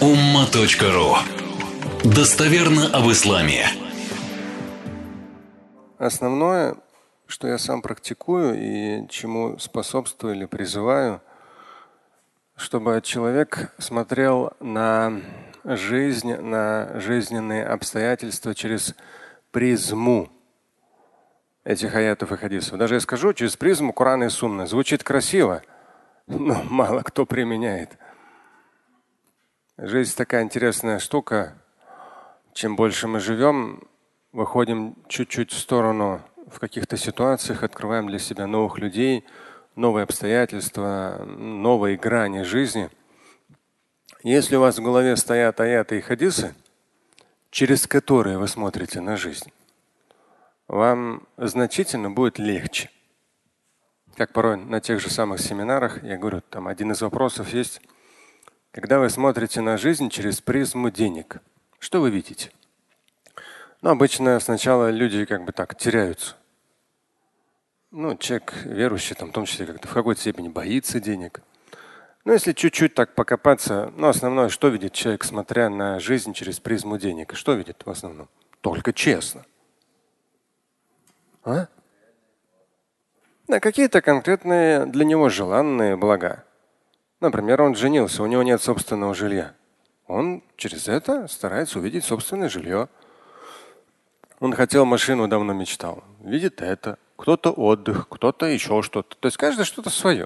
umma.ru. Достоверно об исламе. Основное, что я сам практикую и чему способствую или призываю, чтобы человек смотрел на жизнь, на жизненные обстоятельства через призму этих аятов и хадисов. Даже я скажу, через призму Корана и Сунны. Звучит красиво, но мало кто применяет. Жизнь такая интересная штука. Чем больше мы живем, выходим чуть-чуть в сторону в каких-то ситуациях, открываем для себя новых людей, новые обстоятельства, новые грани жизни. Если у вас в голове стоят аяты и хадисы, через которые вы смотрите на жизнь, вам значительно будет легче. Как порой на тех же самых семинарах я говорю, там один из вопросов есть, когда вы смотрите на жизнь через призму денег, что вы видите? Ну, обычно сначала люди как бы так теряются. Ну, человек верующий, там, в том числе как-то в какой-то степени боится денег. Но если чуть-чуть так покопаться, ну, основное, что видит человек, смотря на жизнь через призму денег? Что видит в основном? Только честно. А? Да, какие-то конкретные для него желанные блага. Например, он женился, у него нет собственного жилья. Он через это старается увидеть собственное жилье. Он хотел машину, давно мечтал. Видит это. Кто-то отдых, кто-то еще что-то. То есть каждый что-то свое.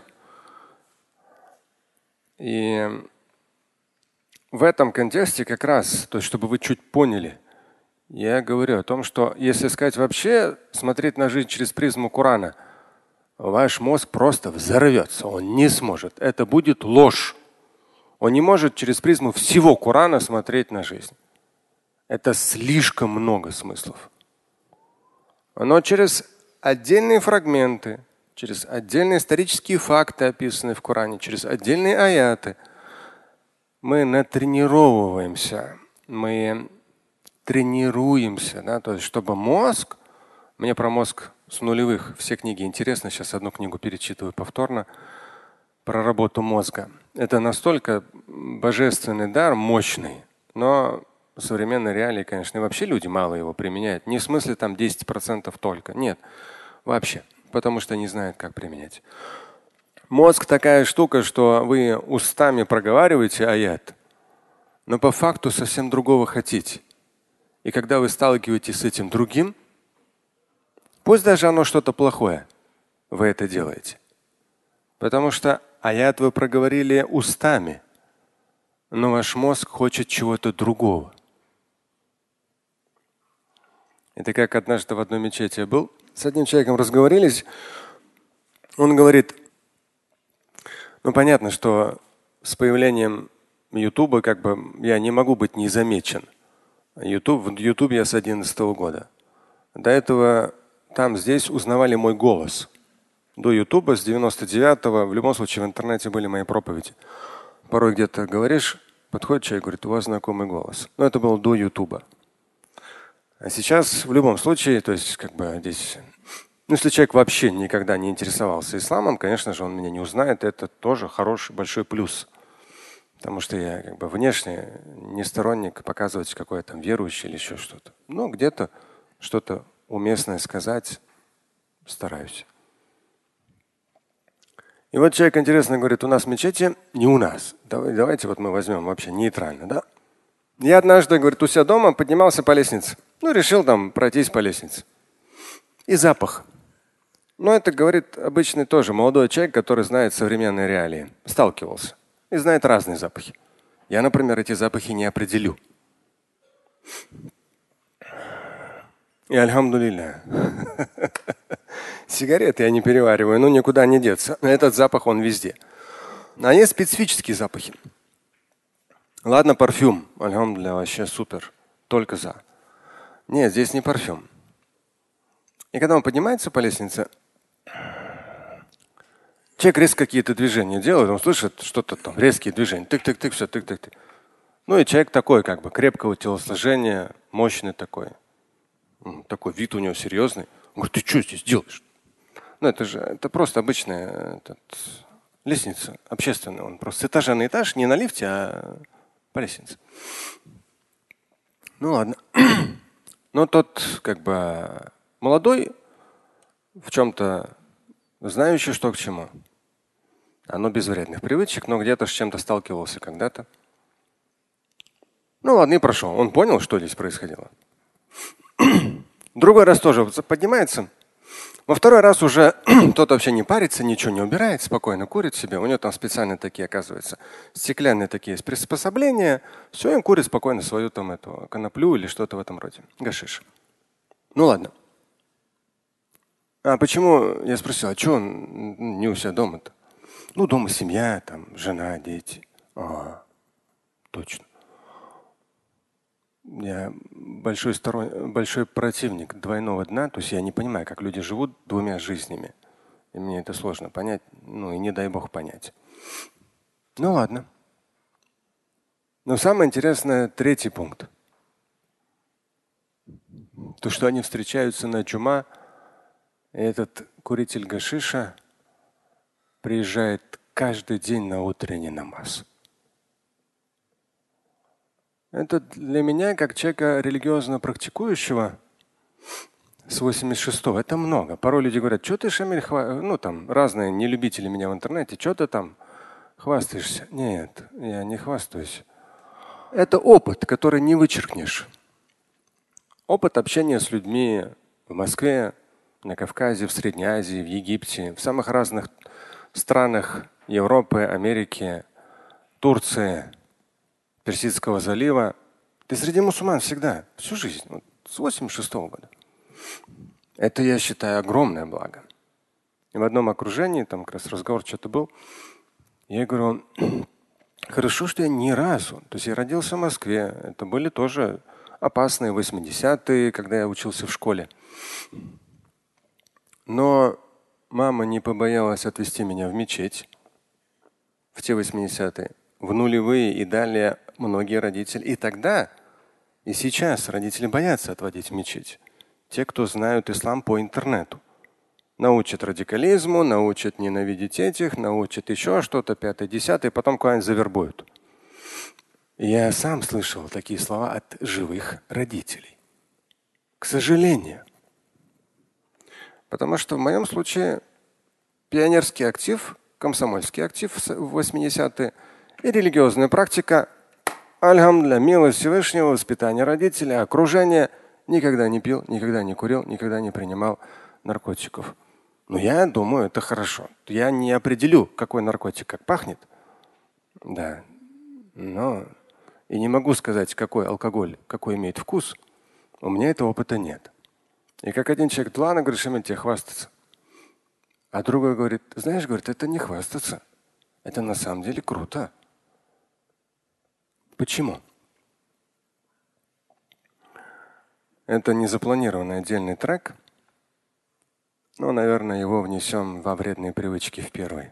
И в этом контексте как раз, то есть чтобы вы чуть поняли, я говорю о том, что если сказать вообще, смотреть на жизнь через призму Корана, ваш мозг просто взорвется. Он не сможет. Это будет ложь. Он не может через призму всего Корана смотреть на жизнь. Это слишком много смыслов. Но через отдельные фрагменты, через отдельные исторические факты, описанные в Коране, через отдельные аяты, мы натренировываемся, мы тренируемся, да, то есть чтобы мозг, мне про мозг с нулевых все книги интересны, сейчас одну книгу перечитываю повторно, про работу мозга. Это настолько божественный дар, мощный, но в современной реалии, конечно, и вообще люди мало его применяют. Не в смысле там 10% только. Нет, вообще. Потому что не знают, как применять. Мозг такая штука, что вы устами проговариваете аят, но по факту совсем другого хотите. И когда вы сталкиваетесь с этим другим, пусть даже оно что-то плохое, вы это делаете. Потому что аят вы проговорили устами, но ваш мозг хочет чего-то другого. Это как однажды в одной мечети я был, с одним человеком разговорились. Он говорит, ну понятно, что с появлением Ютуба как бы я не могу быть незамечен. В Ютубе я с 2011 года. До этого там, здесь узнавали мой голос. До Ютуба с 99-го, в любом случае в интернете были мои проповеди. Порой где-то говоришь, подходит человек, говорит, у вас знакомый голос. Но это было до Ютуба. А сейчас в любом случае, то есть как бы здесь, ну, если человек вообще никогда не интересовался исламом, конечно же, он меня не узнает. Это тоже хороший большой плюс. Потому что я как бы внешне не сторонник показывать, какой я там верующий или еще что-то. Но где-то что-то уместное сказать стараюсь. И вот человек интересно говорит, у нас в мечети, не у нас. Давайте вот мы возьмем вообще нейтрально, да? Я однажды, говорит, у себя дома поднимался по лестнице. Ну, решил там пройтись по лестнице. И запах. Но это, говорит, обычный тоже молодой человек, который знает современные реалии. Сталкивался. И знает разные запахи. Я, например, эти запахи не определю. И альхамдулилля. Сигареты я не перевариваю, но никуда не деться. Этот запах, он везде. А есть специфические запахи. Ладно, парфюм. Альхамдулилля, вообще супер. Только за. Нет, здесь не парфюм. И когда он поднимается по лестнице, человек резко какие-то движения делает, он слышит что-то там, резкие движения. Тык-тык-тык, все, тык-тык-тык. Ну и человек такой, как бы крепкого телосложения, мощный такой. Такой вид у него серьезный. Он говорит, ты что здесь делаешь? Ну это просто обычная лестница общественная. Он просто с этажа на этаж, не на лифте, а Палестинцы. Ну ладно. Но тот как бы молодой, в чем-то знающий, что к чему. Оно без вредных привычек, но где-то с чем-то сталкивался когда-то. Ну ладно, и прошел. Он понял, что здесь происходило. Другой раз тоже поднимается. Во второй раз уже тот вообще не парится, ничего не убирает, спокойно курит себе. У него там специально такие, оказывается, стеклянные такие приспособления. Все, он курит спокойно свою там эту коноплю или что-то в этом роде. Гашиш. Ну ладно. А почему, я спросил, а что он не у себя дома-то? Ну, дома семья, там, жена, дети. Точно. Я большой противник двойного дна. То есть я не понимаю, как люди живут двумя жизнями. И мне это сложно понять. Ну и не дай бог понять. Ну ладно. Но самое интересное, третий пункт. То, что они встречаются на джума, и этот куритель гашиша приезжает каждый день на утренний намаз. Это для меня, как человека религиозно практикующего, с 86-го, это много. Порой люди говорят, что ты, Шамиль, ну там разные нелюбители меня в интернете, что ты там хвастаешься? Нет, я не хвастаюсь. Это опыт, который не вычеркнешь. Опыт общения с людьми в Москве, на Кавказе, в Средней Азии, в Египте, в самых разных странах Европы, Америки, Турции, Персидского залива. Ты среди мусульман всегда, всю жизнь, вот, с 86-го года. Это, я считаю, огромное благо. И в одном окружении, там как раз разговор что-то был, я говорю, хорошо, что я ни разу, то есть я родился в Москве, это были тоже опасные 80-е, когда я учился в школе. Но мама не побоялась отвезти меня в мечеть в те 80-е. В нулевые и далее многие родители. И тогда, и сейчас родители боятся отводить в мечеть. Те, кто знают ислам по интернету. Научат радикализму, научат ненавидеть этих, научат еще что-то, пятое, десятое, потом куда-нибудь завербуют. Я сам слышал такие слова от живых родителей. К сожалению. Потому что в моем случае пионерский актив, комсомольский актив в 80-е и религиозная практика, альхамдулилля, милость Всевышнего, воспитание родителей, окружение. Никогда не пил, никогда не курил, никогда не принимал наркотиков. Но я думаю, это хорошо. Я не определю, какой наркотик как пахнет. Да. Но и не могу сказать, какой алкоголь, какой имеет вкус. У меня этого опыта нет. И как один человек, ладно, говорит, Шамиль, тебе хвастаться. А другой говорит, знаешь, говорит, это не хвастаться. Это на самом деле круто. Почему? Это не запланированный отдельный трек. Но, наверное, его внесем во вредные привычки в первый.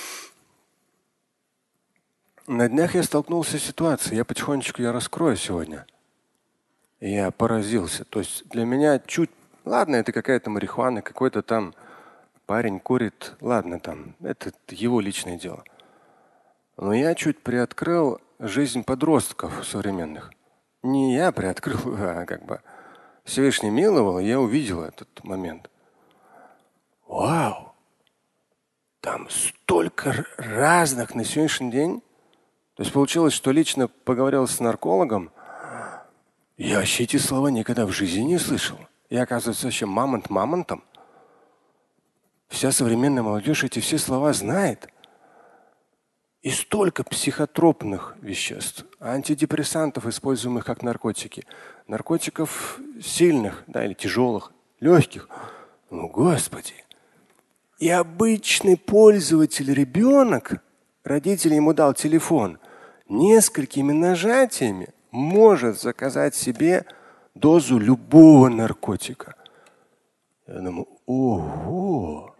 На днях я столкнулся с ситуацией. Я потихонечку раскрою сегодня. И я поразился. То есть для меня чуть... Ладно, это какая-то марихуана, какой-то там парень курит. Ладно, там. Это его личное дело. Но я чуть приоткрыл жизнь подростков современных. Не я приоткрыл, а как бы Всевышний миловал, и я увидел этот момент. Вау! Там столько разных на сегодняшний день. То есть получилось, что лично поговорил с наркологом. Я вообще эти слова никогда в жизни не слышал. Я, оказывается, вообще мамонт мамонтом. Вся современная молодежь эти все слова знает. И столько психотропных веществ, антидепрессантов, используемых как наркотики, наркотиков сильных, да, или тяжелых, легких. Ну, Господи! И обычный пользователь, ребенок, родитель ему дал телефон, несколькими нажатиями может заказать себе дозу любого наркотика. Я думаю, ого!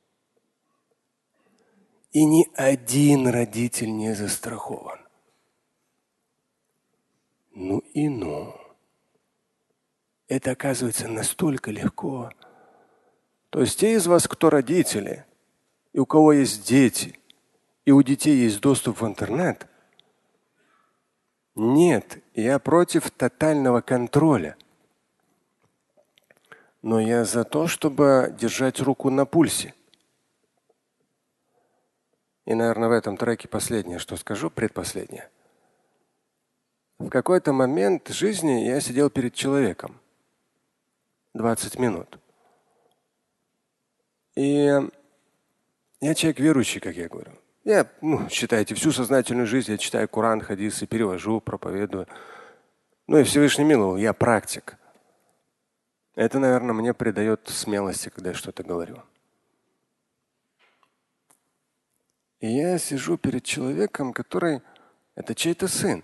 И ни один родитель не застрахован. Ну и ну. Это оказывается настолько легко. То есть те из вас, кто родители, и у кого есть дети, и у детей есть доступ в интернет, Нет, я против тотального контроля. Но я за то, чтобы держать руку на пульсе. И, наверное, в этом треке последнее, что скажу, предпоследнее. В какой-то момент жизни я сидел перед человеком 20 минут. И я человек верующий, как я говорю. Я, считайте, всю сознательную жизнь я читаю Коран, хадисы, перевожу, проповедую. И Всевышний миловал, я практик. Это, наверное, мне придает смелости, когда я что-то говорю. И я сижу перед человеком, который это чей-то сын.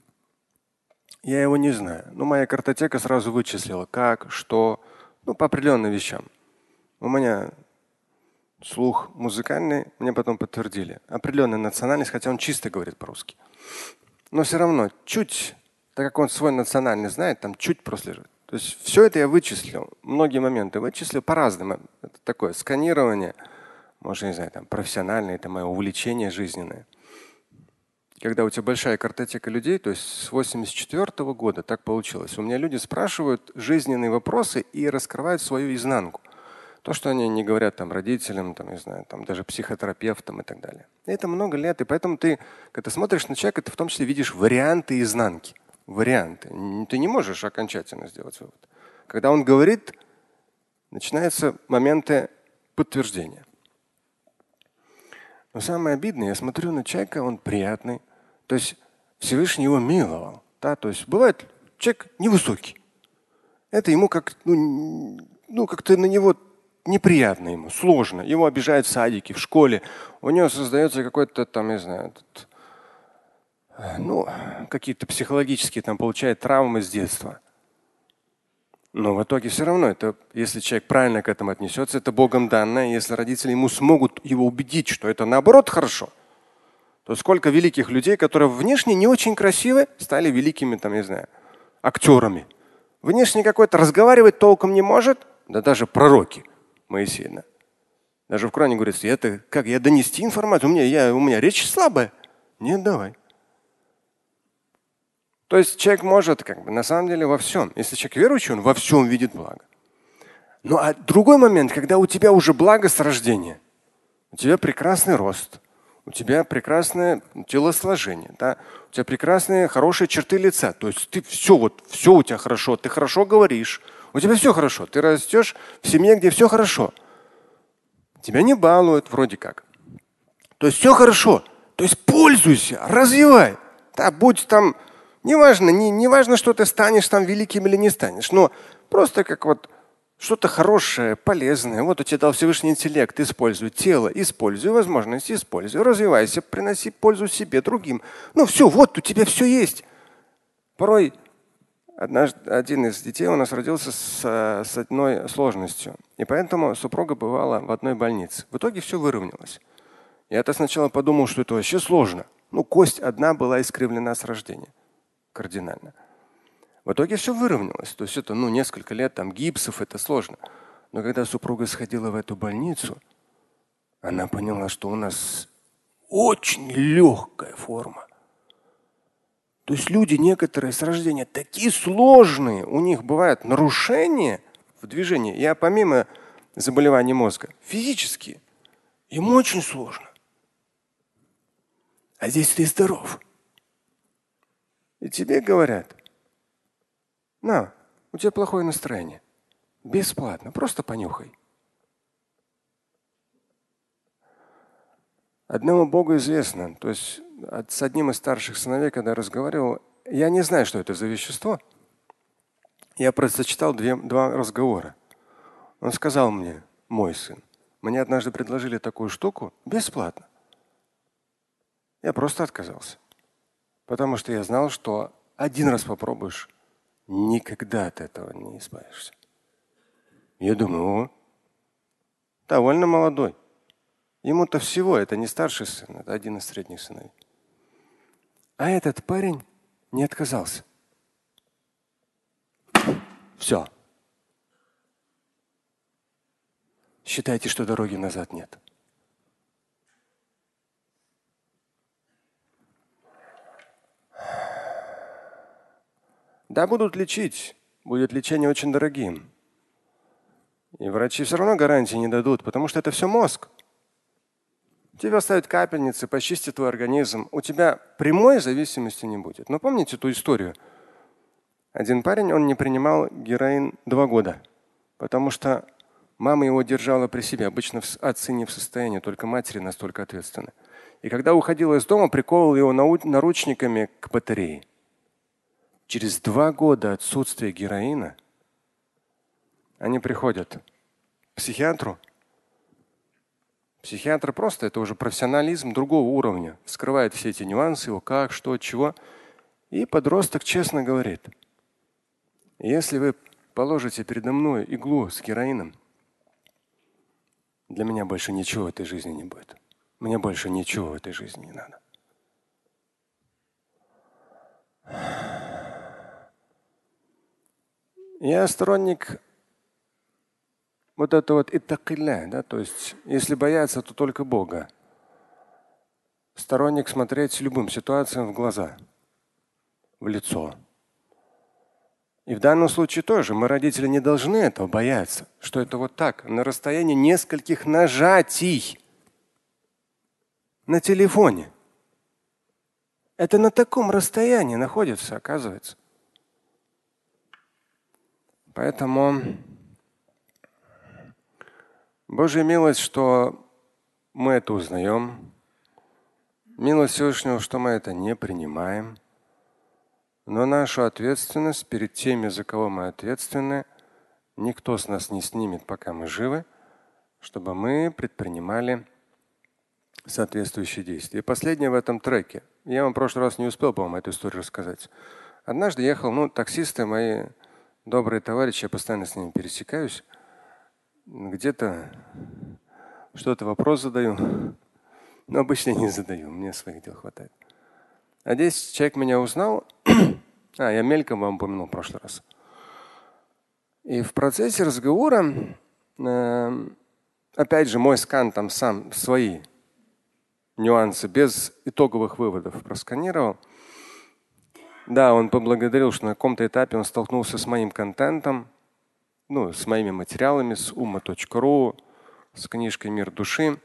Я его не знаю. Но моя картотека сразу вычислила, как, что, по определенным вещам. У меня слух музыкальный, мне потом подтвердили. Определенная национальность, хотя он чисто говорит по-русски. Но все равно чуть, так как он свой национальный знает, там чуть прослеживает. То есть все это я вычислил. Многие моменты вычислил по-разному. Это такое сканирование, может, не знаю, там профессиональное, это мое увлечение жизненное. Когда у тебя большая картотека людей, то есть с 1984 года так получилось. У меня люди спрашивают жизненные вопросы и раскрывают свою изнанку. То, что они не говорят там родителям, там, не знаю, там, даже психотерапевтам и так далее. И это много лет. И поэтому ты, когда смотришь на человека, ты в том числе видишь варианты изнанки. Варианты. Ты не можешь окончательно сделать вывод. Когда он говорит, начинаются моменты подтверждения. Но самое обидное, я смотрю на человека, он приятный. То есть Всевышний его миловал. Да? То есть бывает, человек невысокий. Это ему как-то на него неприятно ему, сложно. Его обижают в садике, в школе. У него создается какой-то там, не знаю, какие-то психологические там получает травмы с детства. Но в итоге все равно, это, если человек правильно к этому отнесется, это Богом данное. Если родители ему смогут его убедить, что это наоборот хорошо, то сколько великих людей, которые внешне не очень красивы, стали великими, там, не знаю, актерами. Внешне какой-то разговаривать толком не может, да даже пророки Моисея. Даже в Коране говорится, это как я донести информацию, у меня речь слабая. Нет, давай. То есть человек может на самом деле во всем. Если человек верующий, он во всем видит благо. Ну а другой момент, когда у тебя уже благо с рождения, у тебя прекрасный рост, у тебя прекрасное телосложение, да? У тебя прекрасные, хорошие черты лица. То есть ты все у тебя хорошо, ты хорошо говоришь, у тебя все хорошо. Ты растешь в семье, где все хорошо. Тебя не балуют вроде как. То есть все хорошо. То есть пользуйся, развивай. Да, будь там. Не важно, что ты станешь там великим или не станешь, но просто как что-то хорошее, полезное. Вот у тебя дал Всевышний интеллект, используй тело, используй возможности, используй, развивайся, приноси пользу себе, другим. Все, у тебя все есть. Порой один из детей у нас родился с одной сложностью. И поэтому супруга бывала в одной больнице. В итоге все выровнялось. Я-то сначала подумал, что это вообще сложно. Кость одна была искривлена с рождения. Кардинально. В итоге все выровнялось. То есть это несколько лет там гипсов, это сложно. Но когда супруга сходила в эту больницу, она поняла, что у нас очень легкая форма. То есть люди некоторые с рождения такие сложные, у них бывают нарушения в движении. Я помимо заболеваний мозга, физические, им очень сложно. А здесь ты здоров. И тебе говорят, у тебя плохое настроение. Бесплатно, просто понюхай. Одному Богу известно, то есть с одним из старших сыновей, когда разговаривал, я не знаю, что это за вещество. Я просто читал два разговора. Он сказал мне, мой сын, мне однажды предложили такую штуку бесплатно. Я просто отказался. Потому что я знал, что один раз попробуешь, никогда от этого не избавишься. Я думаю, довольно молодой. Ему-то всего, это не старший сын, это один из средних сыновей. А этот парень не отказался. Все. Считайте, что дороги назад нет. Да, будут лечить. Будет лечение очень дорогим. И врачи все равно гарантии не дадут, потому что это все мозг. Тебе ставят капельницы, почистят твой организм. У тебя прямой зависимости не будет. Но помните ту историю? Один парень, он не принимал героин 2 года, потому что мама его держала при себе. Обычно отцы не в состоянии, только матери настолько ответственны. И когда уходила из дома, приковывал его наручниками к батарее. Через 2 года отсутствия героина они приходят к психиатру. Психиатр просто, это уже профессионализм другого уровня. Вскрывает все эти нюансы, его как, что, чего. И подросток честно говорит: если вы положите передо мной иглу с героином, для меня больше ничего в этой жизни не будет. Мне больше ничего в этой жизни не надо. Я сторонник вот это вот иттакилля, да, то есть если бояться, то только Бога. Сторонник смотреть любым ситуациям в глаза, в лицо. И в данном случае тоже мы, родители, не должны этого бояться, что это вот так, на расстоянии нескольких нажатий на телефоне. Это на таком расстоянии находится, оказывается. Поэтому Божья милость, что мы это узнаем. Милость Всевышнего, что мы это не принимаем. Но нашу ответственность перед теми, за кого мы ответственны, никто с нас не снимет, пока мы живы, чтобы мы предпринимали соответствующие действия. И последнее в этом треке. Я вам в прошлый раз не успел, по-моему, эту историю рассказать. Однажды ехал, таксисты мои, добрые товарищи, я постоянно с ними пересекаюсь. Где-то что-то вопрос задаю. Но обычно не задаю, мне своих дел хватает. А здесь человек меня узнал. Я мельком вам упомянул в прошлый раз. И в процессе разговора, опять же, мой скан там сам свои нюансы, без итоговых выводов просканировал. Да, он поблагодарил, что на каком-то этапе он столкнулся с моим контентом, с моими материалами, с umma.ru, с книжкой «Мир души».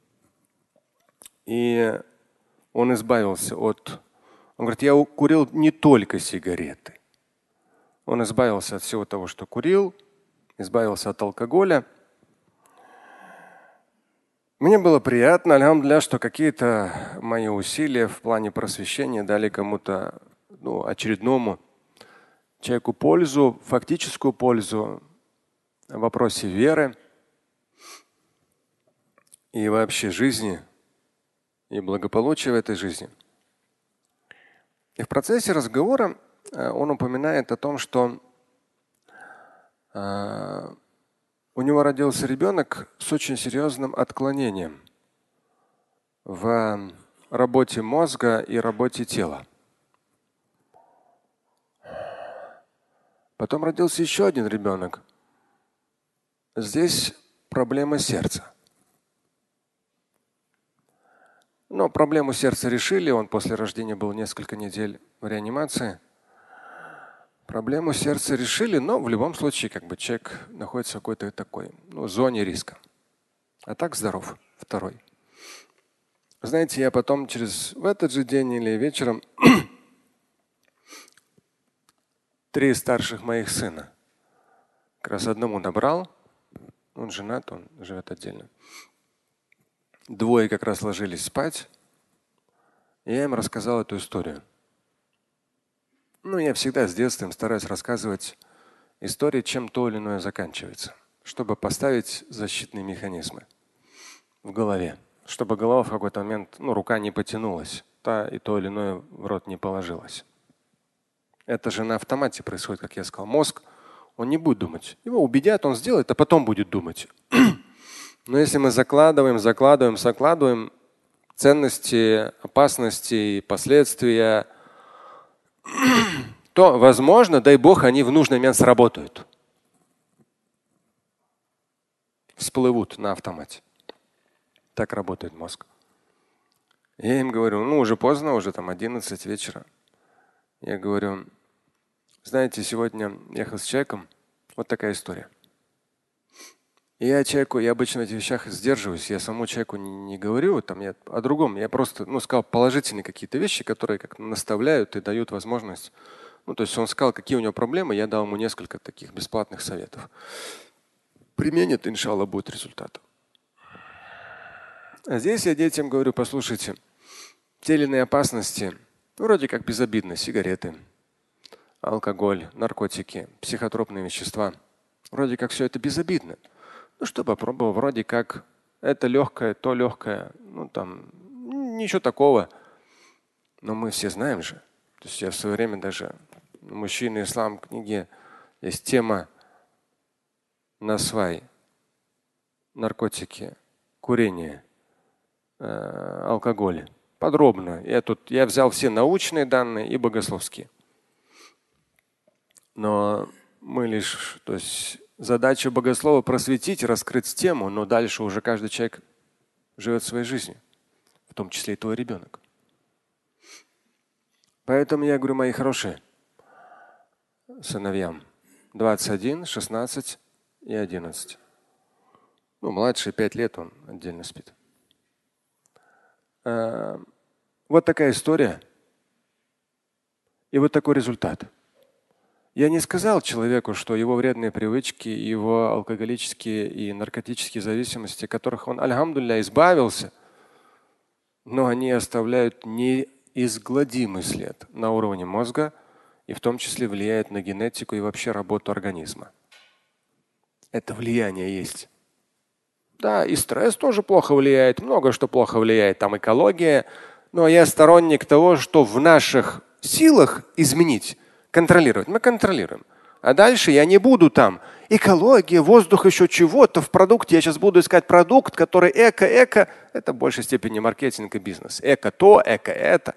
И он избавился от… Он говорит, я курил не только сигареты. Он избавился от всего того, что курил, избавился от алкоголя. Мне было приятно, альхамдулилля, что какие-то мои усилия в плане просвещения дали кому-то, очередному человеку пользу, фактическую пользу в вопросе веры и вообще жизни и благополучия в этой жизни. И в процессе разговора он упоминает о том, что у него родился ребенок с очень серьезным отклонением в работе мозга и работе тела. Потом родился еще один ребенок. Здесь проблема сердца. Но проблему сердца решили. Он после рождения был несколько недель в реанимации. Проблему сердца решили, но в любом случае человек находится в какой-то такой зоне риска. А так здоров. Второй. Знаете, я потом в этот же день или вечером 3 старших моих сына. Как раз одному набрал. Он женат, он живет отдельно. 2 как раз ложились спать. И я им рассказал эту историю. Я всегда с детства им стараюсь рассказывать истории, чем то или иное заканчивается, чтобы поставить защитные механизмы в голове, чтобы голова в какой-то момент, рука не потянулась, и то или иное в рот не положилось. Это же на автомате происходит, как я сказал. Мозг, он не будет думать. Его убедят, он сделает, а потом будет думать. Но если мы закладываем ценности, опасности, последствия, то, возможно, дай Бог, они в нужный момент сработают. Всплывут на автомате. Так работает мозг. Я им говорю, уже поздно, уже 11 вечера. Я говорю, Знаете, сегодня ехал с человеком, вот такая история. И я обычно в этих вещах сдерживаюсь, я самому человеку не говорю, там, я о другом, я просто сказал положительные какие-то вещи, которые как наставляют и дают возможность. То есть он сказал, какие у него проблемы, я дал ему несколько таких бесплатных советов. Применит, иншаллах, будет результат. А здесь я детям говорю, послушайте, те или иные опасности, вроде как безобидны, сигареты, алкоголь, наркотики, психотропные вещества. Вроде как все это безобидно. Что попробовал, вроде как это легкое, то легкое, ничего такого. Но мы все знаем же. То есть я в свое время даже «Мужчина ислам» книге есть тема насвай, наркотики, курение, алкоголь. Подробно. Я взял все научные данные и богословские. Но мы лишь, то есть задача богослова просветить, раскрыть тему, но дальше уже каждый человек живет своей жизнью, в том числе и твой ребенок. Поэтому я говорю, мои хорошие сыновьям, 21, 16 и 11. Младший 5 лет, он отдельно спит. Вот такая история и вот такой результат. Я не сказал человеку, что его вредные привычки, его алкоголические и наркотические зависимости, которых он, альхамдулилля, избавился, но они оставляют неизгладимый след на уровне мозга и в том числе влияют на генетику и вообще работу организма. Это влияние есть. Да, и стресс тоже плохо влияет, много что плохо влияет, там экология. Но я сторонник того, что в наших силах изменить. Контролировать. Мы контролируем. А дальше я не буду там. Экология, воздух, еще чего-то в продукте. Я сейчас буду искать продукт, который эко. Это в большей степени маркетинг и бизнес. Эко то, эко это.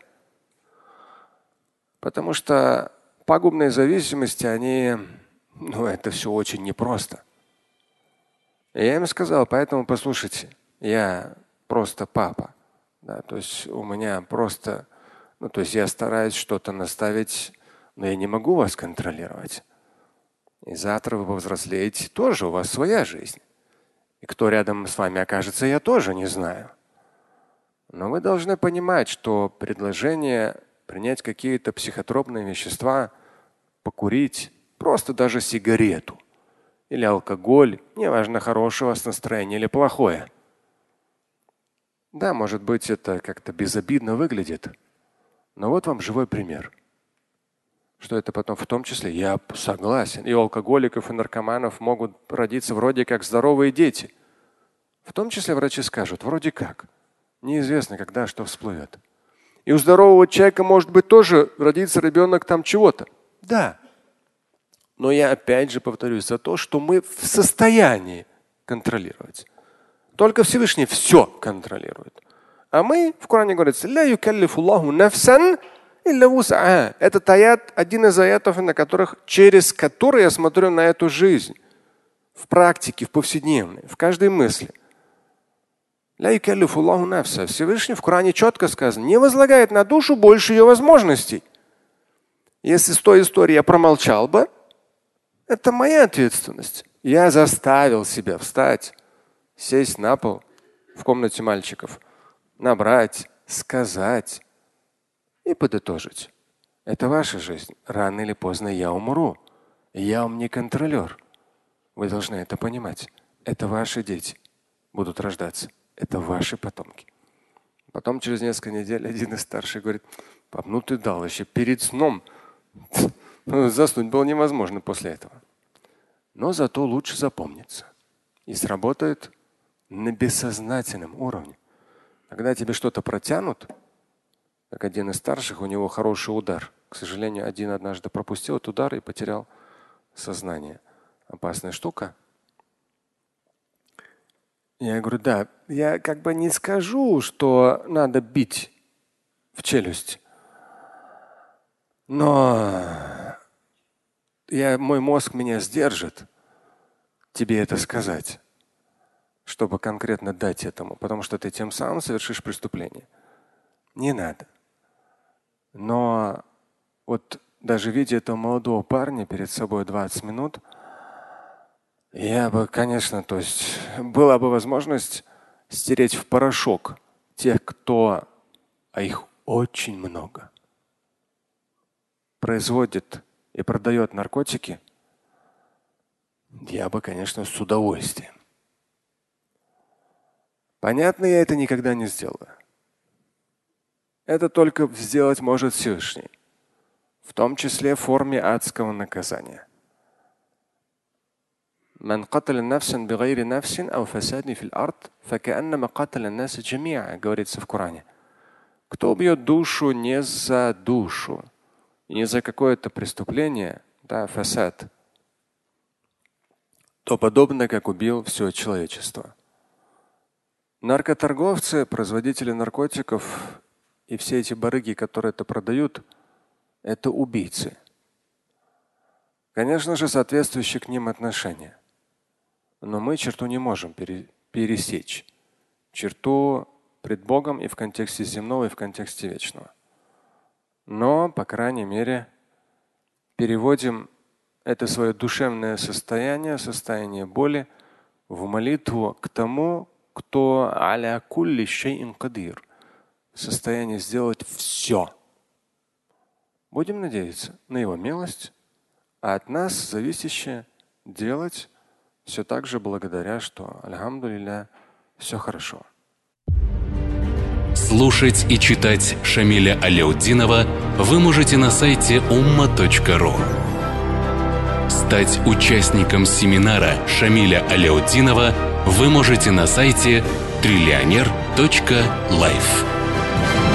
Потому что пагубные зависимости, это все очень непросто. И я им сказал, поэтому послушайте, я просто папа. Да, то есть у меня просто, то есть я стараюсь что-то наставить, но я не могу вас контролировать. И завтра вы повзрослеете, тоже у вас своя жизнь. И кто рядом с вами окажется, я тоже не знаю. Но вы должны понимать, что предложение принять какие-то психотропные вещества, покурить, просто даже сигарету или алкоголь, неважно, хорошее у вас настроение или плохое. Да, может быть, это как-то безобидно выглядит, но вот вам живой пример. Что это потом в том числе, я согласен, и у алкоголиков, и наркоманов могут родиться вроде как здоровые дети. В том числе врачи скажут, вроде как. Неизвестно, когда что всплывет. И у здорового человека может быть тоже родиться ребенок там чего-то. Да. Но я опять же повторюсь за то, что мы в состоянии контролировать. Только Всевышний все контролирует. А мы в Коране говорится, ля юкаллифуллаху нафсан илля вус'аха. Этот аят, один из аятов, через который я смотрю на эту жизнь. В практике, в повседневной, в каждой мысли. Ля юкаллифуллаху нафса. Всевышний в Коране четко сказано, не возлагает на душу больше ее возможностей. Если с той историей я промолчал бы, это моя ответственность. Я заставил себя встать, сесть на пол в комнате мальчиков, набрать, сказать и подытожить. Это ваша жизнь. Рано или поздно я умру. Я вам не контролер. Вы должны это понимать. Это ваши дети будут рождаться. Это ваши потомки. Потом через несколько недель один из старших говорит, пап, ты дал еще перед сном. Заснуть было невозможно после этого. Но зато лучше запомнится. И сработает на бессознательном уровне. Когда тебе что-то протянут, как один из старших, у него хороший удар. К сожалению, один однажды пропустил этот удар и потерял сознание. Опасная штука. Я говорю, да, я как бы не скажу, что надо бить в челюсть. Но мой мозг меня сдержит тебе это сказать, чтобы конкретно дать этому, потому что ты тем самым совершишь преступление. Не надо. Но вот даже видя этого молодого парня перед собой 20 минут, я бы, конечно, то есть была бы возможность стереть в порошок тех, кто, а их очень много, производит и продает наркотики, я бы, конечно, с удовольствием. Понятно, я это никогда не сделаю. Это только сделать может Всевышний, в том числе в форме адского наказания. من قتل نفسا بغير نفس أو فساد في الأرض فكأنما قتل الناس جميعا, говорится в Коране. Кто убьет душу не за душу, не за какое-то преступление, да, фасад, то подобно как убил все человечество. Наркоторговцы, производители наркотиков и все эти барыги, которые это продают, это убийцы. Конечно же, соответствующие к ним отношения. Но мы черту не можем пересечь. Черту пред Богом и в контексте земного, и в контексте вечного. Но, по крайней мере, переводим это свое душевное состояние, состояние боли, в молитву к тому, кто аля кулли шейин кадир, в состоянии сделать все. Будем надеяться на его милость, а от нас зависящее делать все так же благодаря, что, альхамдулилля, все хорошо. Слушать и читать Шамиля Аляутдинова вы можете на сайте umma.ru. Стать участником семинара Шамиля Аляутдинова вы можете на сайте trillioner.life.